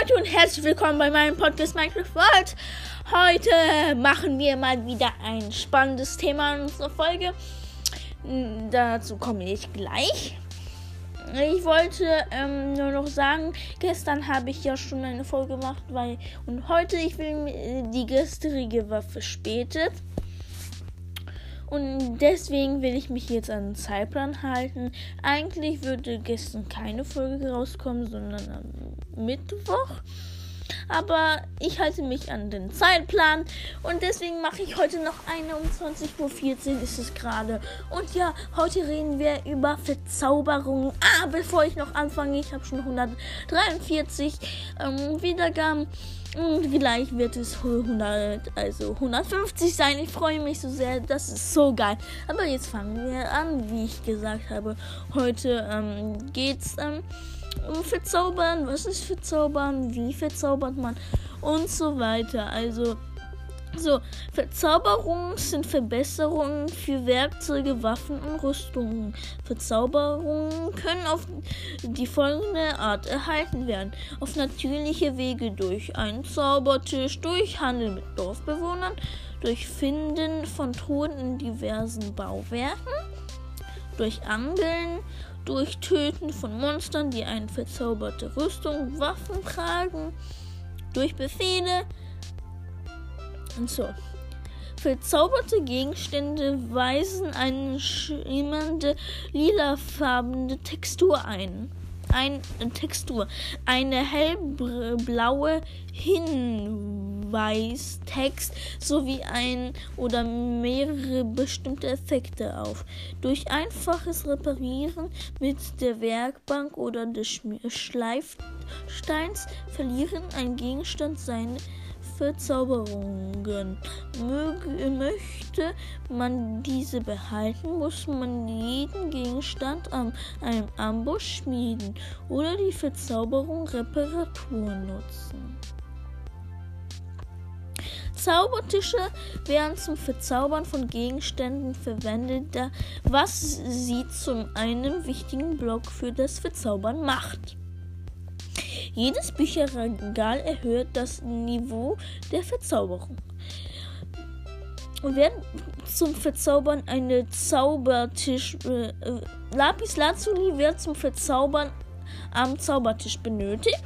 Leute und herzlich willkommen bei meinem Podcast Minecraft World. Heute machen wir mal wieder ein spannendes Thema in unserer Folge. Dazu komme ich gleich. Ich wollte nur noch sagen, gestern habe ich ja schon eine Folge gemacht, und heute ich will die gestrige war verspätet. Und deswegen will ich mich jetzt an den Zeitplan halten. Eigentlich würde gestern keine Folge rauskommen, sondern am Mittwoch. Aber ich halte mich an den Zeitplan und deswegen mache ich heute noch eine. Um 20:14 Uhr ist es gerade. Und ja, heute reden wir über Verzauberungen. Bevor ich noch anfange, ich habe schon 143 Wiedergaben. Und gleich wird es 150 sein. Ich freue mich so sehr. Das ist so geil. Aber jetzt fangen wir an. Wie ich gesagt habe, heute geht's um Verzaubern. Was ist Verzaubern? Wie verzaubert man? Und so weiter. Also, Verzauberungen sind Verbesserungen für Werkzeuge, Waffen und Rüstungen. Verzauberungen können auf die folgende Art erhalten werden. Auf natürliche Wege durch einen Zaubertisch, durch Handel mit Dorfbewohnern, durch Finden von Truhen in diversen Bauwerken, durch Angeln, durch Töten von Monstern, die eine verzauberte Rüstung, Waffen tragen, durch Befehle und so. Verzauberte Gegenstände weisen eine schimmernde, lilafarbene Textur ein. Eine hellblaue Hinweistext sowie ein oder mehrere bestimmte Effekte auf. Durch einfaches Reparieren mit der Werkbank oder des Schleifsteins verlieren ein Gegenstand seine Verzauberungen. Möchte man diese behalten, muss man jeden Gegenstand an einem Amboss schmieden oder die Verzauberung Reparatur nutzen. Zaubertische werden zum Verzaubern von Gegenständen verwendet, was sie zu einem wichtigen Block für das Verzaubern macht. Jedes Bücherregal erhöht das Niveau der Verzauberung. Wird zum Verzaubern eine Zaubertisch Lapis Lazuli wird zum Verzaubern am Zaubertisch benötigt.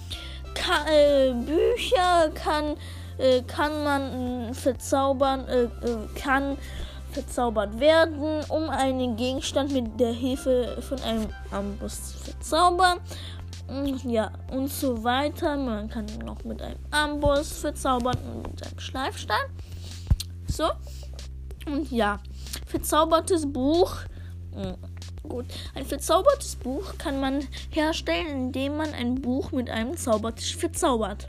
Bücher kann man verzaubern, kann verzaubert werden, um einen Gegenstand mit der Hilfe von einem Amboss zu verzaubern. Ja, und so weiter. Man kann noch mit einem Amboss verzaubern und mit einem Schleifstein. So. Und ja, verzaubertes Buch. Gut. Ein verzaubertes Buch kann man herstellen, indem man ein Buch mit einem Zaubertisch verzaubert.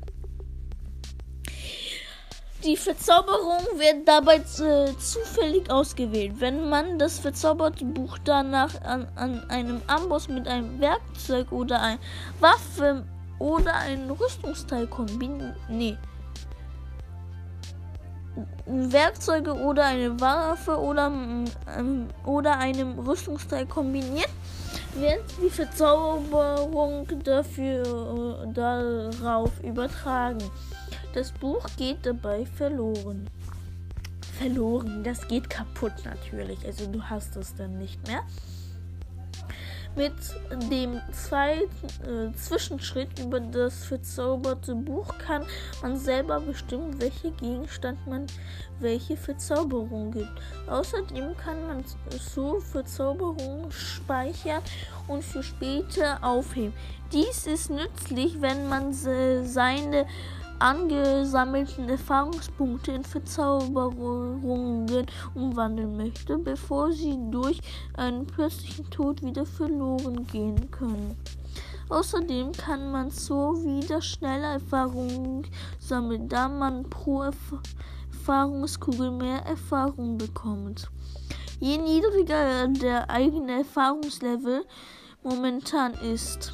Die Verzauberung wird dabei zufällig ausgewählt. Wenn man das verzauberte Buch danach an einem Amboss mit einem Werkzeug oder einer Waffe oder einem Rüstungsteil Werkzeuge oder eine Waffe oder einem Rüstungsteil kombiniert, wird die Verzauberung darauf übertragen. Das Buch geht dabei verloren. Das geht kaputt natürlich. Also du hast es dann nicht mehr. Mit dem zweiten Zwischenschritt über das verzauberte Buch kann man selber bestimmen, welcher Gegenstand man welche Verzauberung gibt. Außerdem kann man so Verzauberungen speichern und für später aufheben. Dies ist nützlich, wenn man seine angesammelten Erfahrungspunkte in Verzauberungen umwandeln möchte, bevor sie durch einen plötzlichen Tod wieder verloren gehen können. Außerdem kann man so wieder schneller Erfahrungen sammeln, da man pro Erfahrungskugel mehr Erfahrung bekommt. Je niedriger der eigene Erfahrungslevel momentan ist.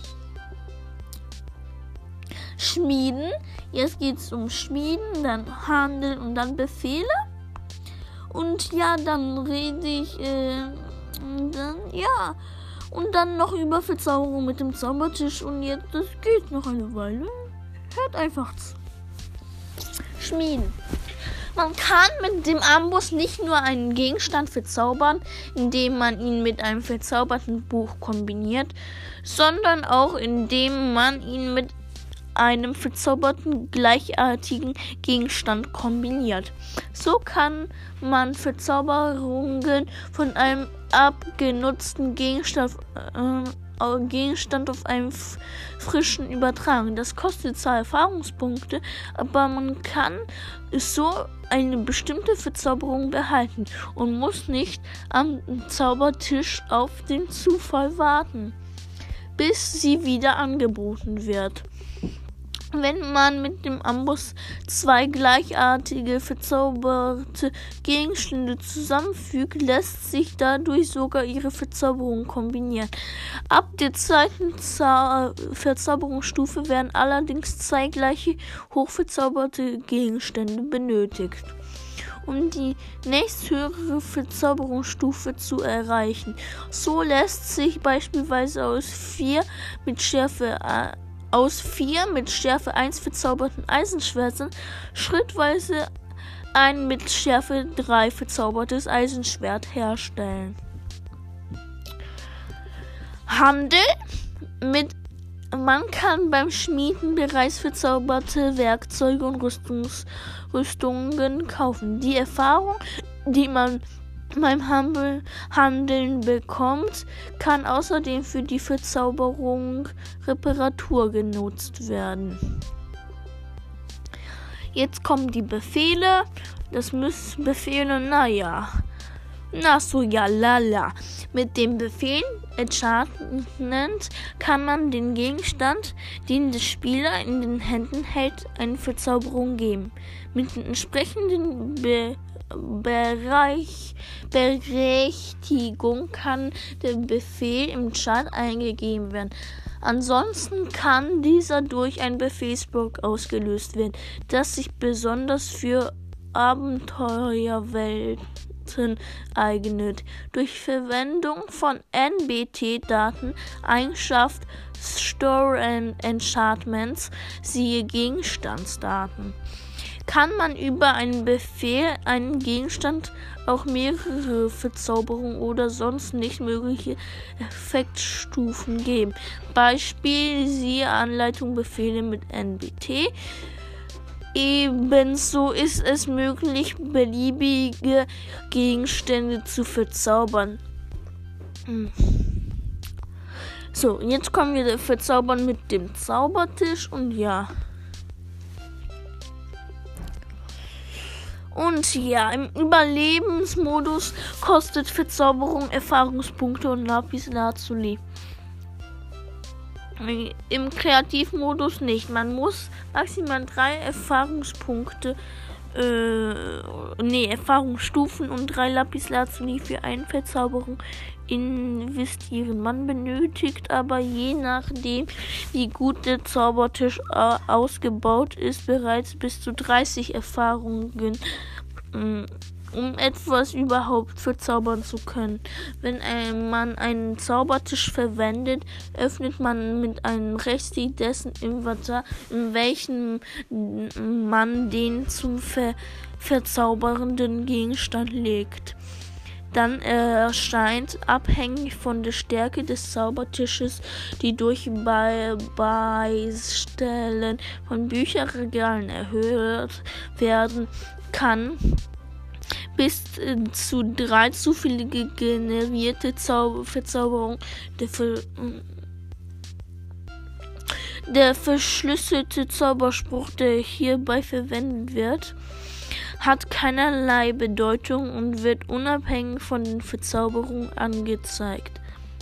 Schmieden. Jetzt geht es um Schmieden, dann Handeln und dann Befehle. Und ja, dann rede ich und dann noch über Verzauberung mit dem Zaubertisch. Und jetzt, das geht noch eine Weile. Hört einfach zu. Schmieden. Man kann mit dem Amboss nicht nur einen Gegenstand verzaubern, indem man ihn mit einem verzauberten Buch kombiniert, sondern auch indem man ihn mit einem verzauberten gleichartigen Gegenstand kombiniert. So kann man Verzauberungen von einem abgenutzten Gegenstand auf einen frischen übertragen. Das kostet zwar Erfahrungspunkte, aber man kann so eine bestimmte Verzauberung behalten und muss nicht am Zaubertisch auf den Zufall warten, bis sie wieder angeboten wird. Wenn man mit dem Amboss zwei gleichartige verzauberte Gegenstände zusammenfügt, lässt sich dadurch sogar ihre Verzauberung kombinieren. Ab der zweiten Verzauberungsstufe werden allerdings zwei gleiche hochverzauberte Gegenstände benötigt, um die nächsthöhere Verzauberungsstufe zu erreichen. So lässt sich beispielsweise aus vier mit Schärfe 1 verzauberten Eisenschwertern schrittweise ein mit Schärfe 3 verzaubertes Eisenschwert herstellen. Handel mit Man kann beim Schmieden bereits verzauberte Werkzeuge und Rüstungen kaufen. Die Erfahrung, die man beim Handeln bekommt, kann außerdem für die Verzauberung Reparatur genutzt werden. Jetzt kommen die Befehle. Das müssen Befehle, lala. Mit dem Befehl Enchantment kann man den Gegenstand, den der Spieler in den Händen hält, eine Verzauberung geben. Mit den entsprechenden Berechtigung kann der Befehl im Chat eingegeben werden. Ansonsten kann dieser durch ein Befehlsblock ausgelöst werden, das sich besonders für Abenteuerwelten eignet. Durch Verwendung von NBT-Daten, Eigenschaft Store Enchantments, siehe Gegenstandsdaten, kann man über einen Befehl einen Gegenstand auch mehrere Verzauberungen oder sonst nicht mögliche Effektstufen geben. Beispiel siehe Anleitung Befehle mit NBT. Ebenso ist es möglich, beliebige Gegenstände zu verzaubern. So, jetzt kommen wir verzaubern mit dem Zaubertisch und ja. Und ja, im Überlebensmodus kostet Verzauberung Erfahrungspunkte und Lapis Lazuli. Im Kreativmodus nicht. Man muss maximal 3 Erfahrungsstufen und 3 Lapis Lazuli für eine Verzauberung investieren. Man benötigt aber je nachdem, wie gut der Zaubertisch ausgebaut ist, bereits bis zu 30 Erfahrungen, um etwas überhaupt verzaubern zu können. Wenn man einen Zaubertisch verwendet, öffnet man mit einem Rechtsklick dessen Inventar, in welchem man den zum verzaubernden Gegenstand legt. Dann erscheint, abhängig von der Stärke des Zaubertisches, die durch Beistellen von Bücherregalen erhöht werden kann, bis zu 3 zufällige generierte Verzauberungen. Der verschlüsselte Zauberspruch, der hierbei verwendet wird, hat keinerlei Bedeutung und wird unabhängig von den Verzauberungen angezeigt.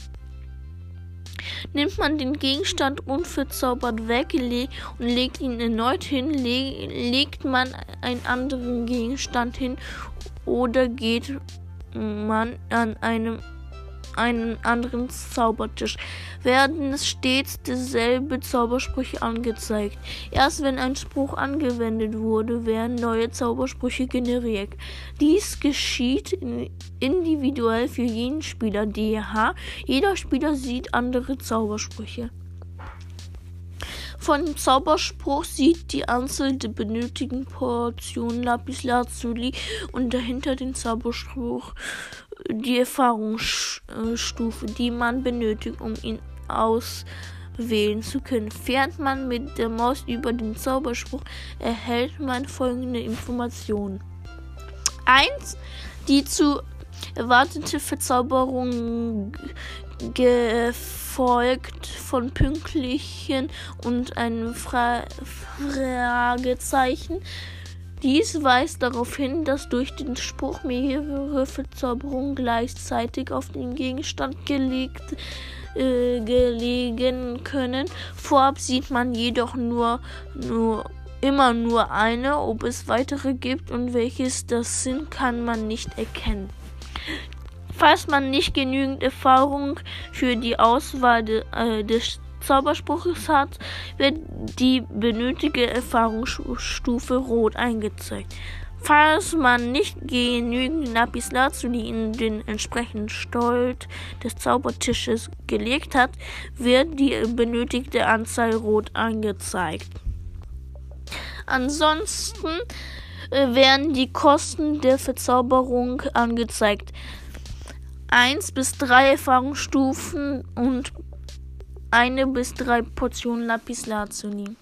Nimmt man den Gegenstand unverzaubert weg und legt ihn erneut hin, legt man einen anderen Gegenstand hin oder geht man an einen anderen Zaubertisch, werden stets dieselben Zaubersprüche angezeigt. Erst wenn ein Spruch angewendet wurde, werden neue Zaubersprüche generiert. Dies geschieht individuell für jeden Spieler. Jeder Spieler sieht andere Zaubersprüche. von dem Zauberspruch sieht die Anzahl der benötigten Portionen Lapislazuli und dahinter den Zauberspruch die Erfahrungsstufe, die man benötigt, um ihn auswählen zu können. Fährt man mit der Maus über den Zauberspruch, erhält man folgende Informationen. 1. Die zu erwartete Verzauberung gefolgt von pünktlichen und einem Fragezeichen. Dies weist darauf hin, dass durch den Spruch mehrere Verzauberungen gleichzeitig auf den Gegenstand gelegen können. Vorab sieht man jedoch immer nur eine. Ob es weitere gibt und welches das sind, kann man nicht erkennen. Falls man nicht genügend Erfahrung für die Auswahl des Zauberspruches hat, wird die benötigte Erfahrungsstufe rot angezeigt. Falls man nicht genügend Lapislazuli in den entsprechenden Stolz des Zaubertisches gelegt hat, wird die benötigte Anzahl rot angezeigt. Ansonsten werden die Kosten der Verzauberung angezeigt. 1 bis 3 Erfahrungsstufen und 1 bis 3 Portionen Lapislazuli.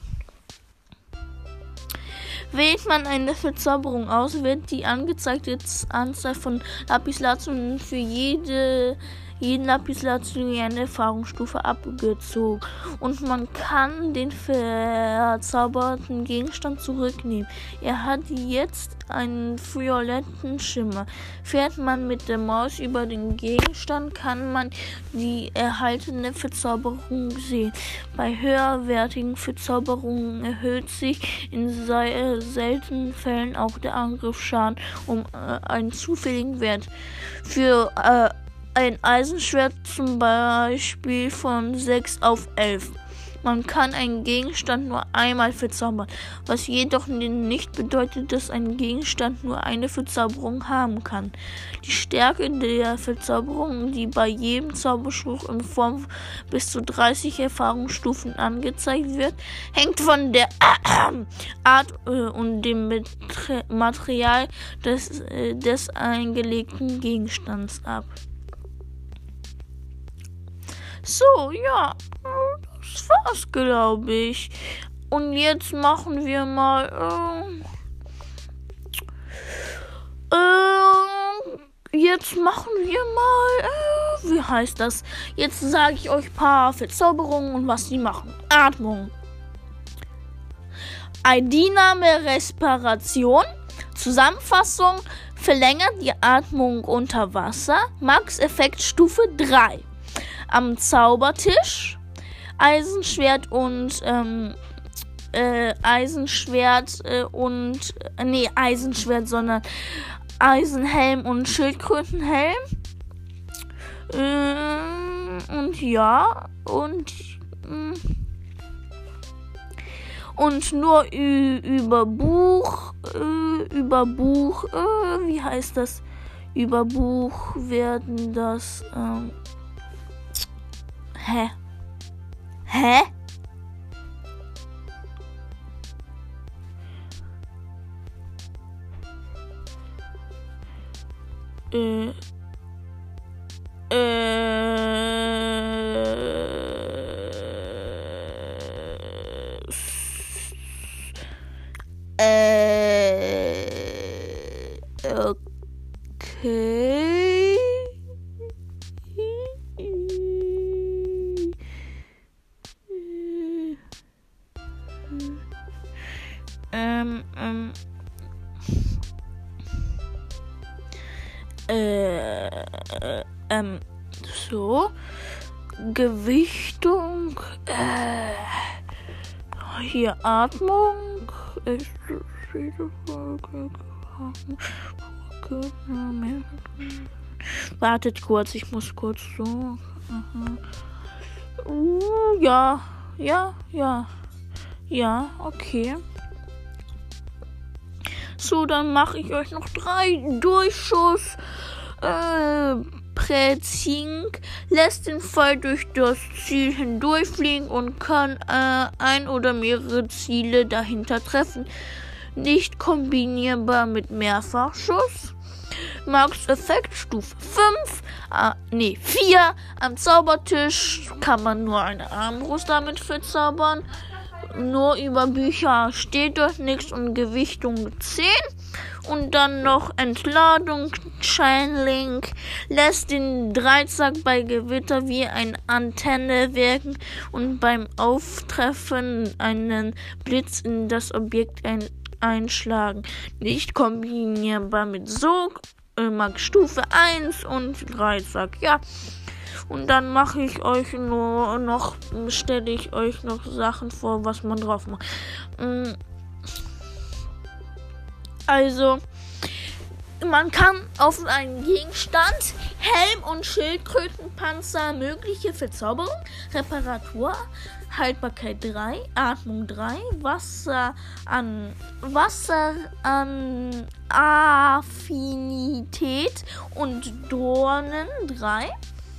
Wählt man eine Verzauberung aus, wird die angezeigte Anzahl von Lapislazuli für jeden Lapislazuli eine Erfahrungsstufe abgezogen und man kann den verzauberten Gegenstand zurücknehmen. Er hat jetzt einen violetten Schimmer. Fährt man mit der Maus über den Gegenstand, kann man die erhaltene Verzauberung sehen. Bei höherwertigen Verzauberungen erhöht sich in seltenen Fällen auch der Angriffsschaden um einen zufälligen Wert. Für ein Eisenschwert zum Beispiel von 6 auf 11. Man kann einen Gegenstand nur einmal verzaubern, was jedoch nicht bedeutet, dass ein Gegenstand nur eine Verzauberung haben kann. Die Stärke der Verzauberung, die bei jedem Zauberspruch in Form bis zu 30 Erfahrungsstufen angezeigt wird, hängt von der Art und dem Material des eingelegten Gegenstands ab. So, ja, das war's, glaube ich. Und jetzt machen wir mal, wie heißt das? Jetzt sage ich euch ein paar Verzauberungen und was die machen. Atmung. ID-Name Respiration. Zusammenfassung. Verlängert die Atmung unter Wasser. Max-Effekt-Stufe 3. Am Zaubertisch Eisenschwert und Eisenhelm und Schildkrötenhelm. Und ja, und nur über Buch, wie heißt das? Über Buch werden das, Hä? Okay. So. Gewichtung. Hier Atmung. Wartet kurz, ich muss kurz so. Ja, okay. So, dann mache ich euch noch 3 Durchschuss Prezink lässt den Pfeil durch das Ziel hindurchfliegen und kann ein oder mehrere Ziele dahinter treffen. Nicht kombinierbar mit Mehrfachschuss. Max Effekt Stufe 4. Am Zaubertisch kann man nur eine Armbrust damit verzaubern. Nur über Bücher steht dort nichts und Gewichtung 10. Und dann noch Entladung, Chainlink, lässt den Dreizack bei Gewitter wie eine Antenne wirken und beim Auftreffen einen Blitz in das Objekt einschlagen. Nicht kombinierbar mit Sog, Max Stufe 1 und Dreizack, ja. Und dann stelle ich euch noch Sachen vor, was man drauf macht. Also, man kann auf einen Gegenstand, Helm und Schildkrötenpanzer mögliche Verzauberung, Reparatur, Haltbarkeit 3, Atmung 3, Wasser an Affinität und Dornen 3,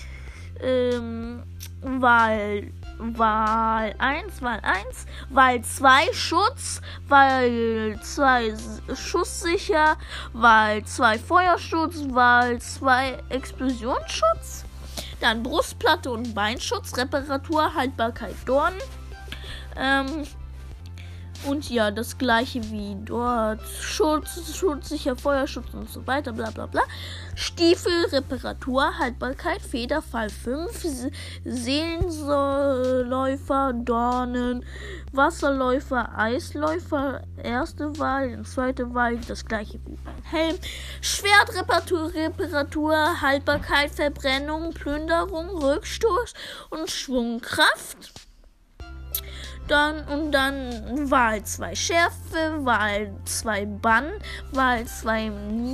Wahl 1, Wahl 2 Schutz, Wahl 2 Schusssicher, Wahl 2 Feuerschutz, Wahl 2 Explosionsschutz, dann Brustplatte und Beinschutz, Reparatur, Haltbarkeit Dornen, und ja, das gleiche wie dort. Schutzsicher, Feuerschutz und so weiter, bla bla bla. Stiefel, Reparatur, Haltbarkeit, Federfall 5, Seelenläufer, Dornen, Wasserläufer, Eisläufer, erste Wahl, zweite Wahl, das gleiche wie beim Helm. Schwertreparatur, Haltbarkeit, Verbrennung, Plünderung, Rückstoß und Schwungkraft. Dann Wahl 2 Schärfe, Wahl 2 Bann, Wahl 2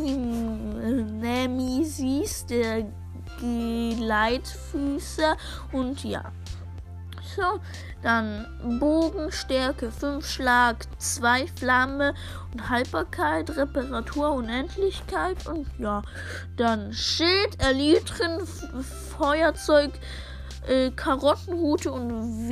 Nemesis, der Gleitfüßer und ja. So, dann Bogenstärke 5 Schlag, 2 Flamme und Haltbarkeit, Reparatur, Unendlichkeit und ja. Dann Schild, Elytren, Feuerzeug, Karottenrute und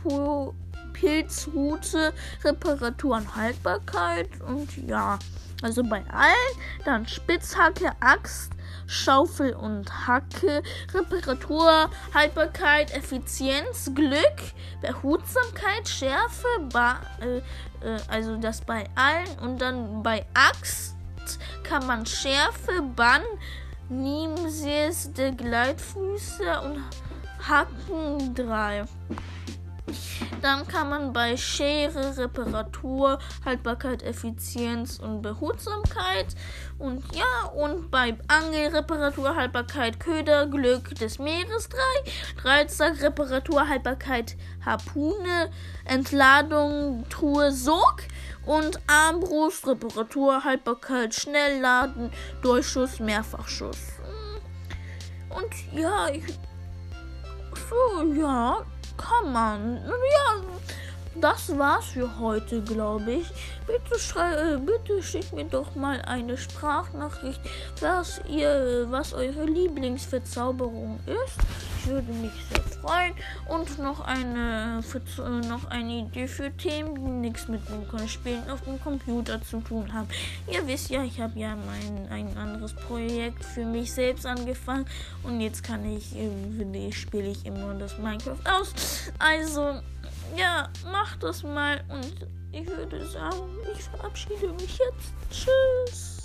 Pilzrute, Reparatur und Haltbarkeit und ja, also bei allen, dann Spitzhacke, Axt, Schaufel und Hacke, Reparatur, Haltbarkeit, Effizienz, Glück, Behutsamkeit, Schärfe, also das bei allen und dann bei Axt kann man Schärfe, Bann, Nemesis, der Gleitfüßer und Hacken 3. Dann kann man bei Schere, Reparatur, Haltbarkeit, Effizienz und Behutsamkeit und ja, und bei Angel, Reparatur, Haltbarkeit, Köder, Glück des Meeres 3, Dreizack, Reparatur, Haltbarkeit, Harpune, Entladung, Truhe, Sog und Armbrust, Reparatur, Haltbarkeit, Schnellladen, Durchschuss, Mehrfachschuss. Und ja, kann man. Ja, das war's für heute, glaube ich. Bitte schickt mir doch mal eine Sprachnachricht, was eure Lieblingsverzauberung ist. Ich würde mich sehr freuen. Und noch eine Idee für Themen, die nichts mit dem Spielen auf dem Computer zu tun haben. Ihr wisst ja, ich habe ja ein anderes Projekt für mich selbst angefangen und jetzt spiele ich immer das Minecraft aus. Also, ja, macht das mal und ich würde sagen, ich verabschiede mich jetzt. Tschüss.